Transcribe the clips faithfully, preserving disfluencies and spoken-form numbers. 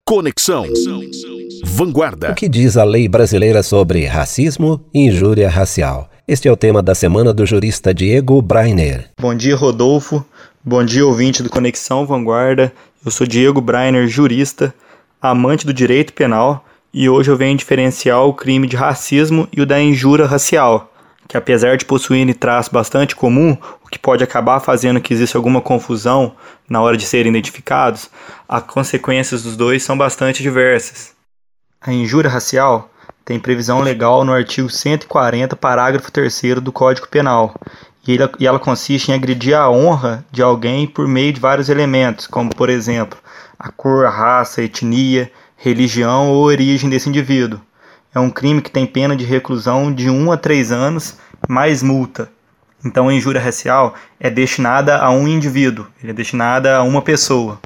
Conexão Vanguarda. O que diz a lei brasileira sobre racismo e injúria racial? Este é o tema da semana do jurista Diego Brainer. Bom dia, Rodolfo. Bom dia, ouvinte do Conexão Vanguarda. Eu sou Diego Brainer, jurista, amante do direito penal, e hoje eu venho diferenciar o crime de racismo e o da injúria racial, que apesar de possuírem traço bastante comum, o que pode acabar fazendo que exista alguma confusão na hora de serem identificados, as consequências dos dois são bastante diversas. A injúria racial tem previsão legal no artigo cento e quarenta, parágrafo terceiro do Código Penal, e ela consiste em agredir a honra de alguém por meio de vários elementos, como, por exemplo, a cor, a raça, a etnia, religião ou origem desse indivíduo. É um crime que tem pena de reclusão de um a três anos, mais multa. Então a injúria racial é destinada a um indivíduo, ele é destinada a uma pessoa.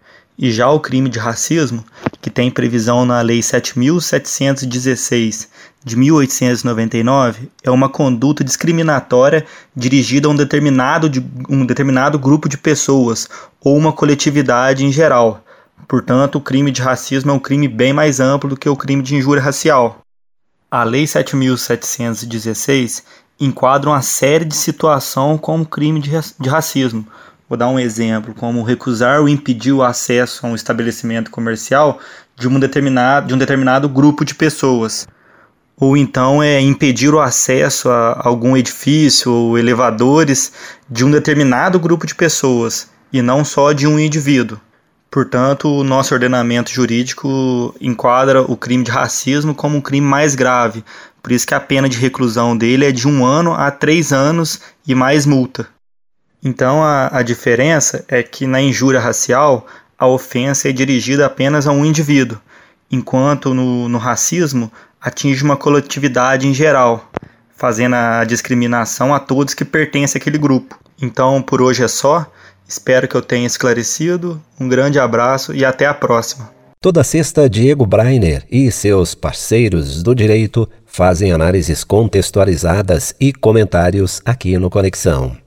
E já o crime de racismo, que tem previsão na Lei sete mil setecentos e dezesseis de mil oitocentos e noventa e nove, é uma conduta discriminatória dirigida a um determinado, um determinado grupo de pessoas ou uma coletividade em geral. Portanto, o crime de racismo é um crime bem mais amplo do que o crime de injúria racial. A Lei sete mil setecentos e dezesseis enquadra uma série de situações como crime de, de racismo. Vou dar um exemplo, como recusar ou impedir o acesso a um estabelecimento comercial de, um determinado, de um determinado grupo de pessoas. Ou então é impedir o acesso a algum edifício ou elevadores de um determinado grupo de pessoas, e não só de um indivíduo. Portanto, o nosso ordenamento jurídico enquadra o crime de racismo como um crime mais grave, por isso que a pena de reclusão dele é de um ano a três anos e mais multa. Então, a, a diferença é que na injúria racial, a ofensa é dirigida apenas a um indivíduo, enquanto no, no racismo atinge uma coletividade em geral, fazendo a discriminação a todos que pertencem àquele grupo. Então, por hoje é só. Espero que eu tenha esclarecido. Um grande abraço e até a próxima. Toda sexta, Diego Brainer e seus parceiros do direito fazem análises contextualizadas e comentários aqui no Conexão.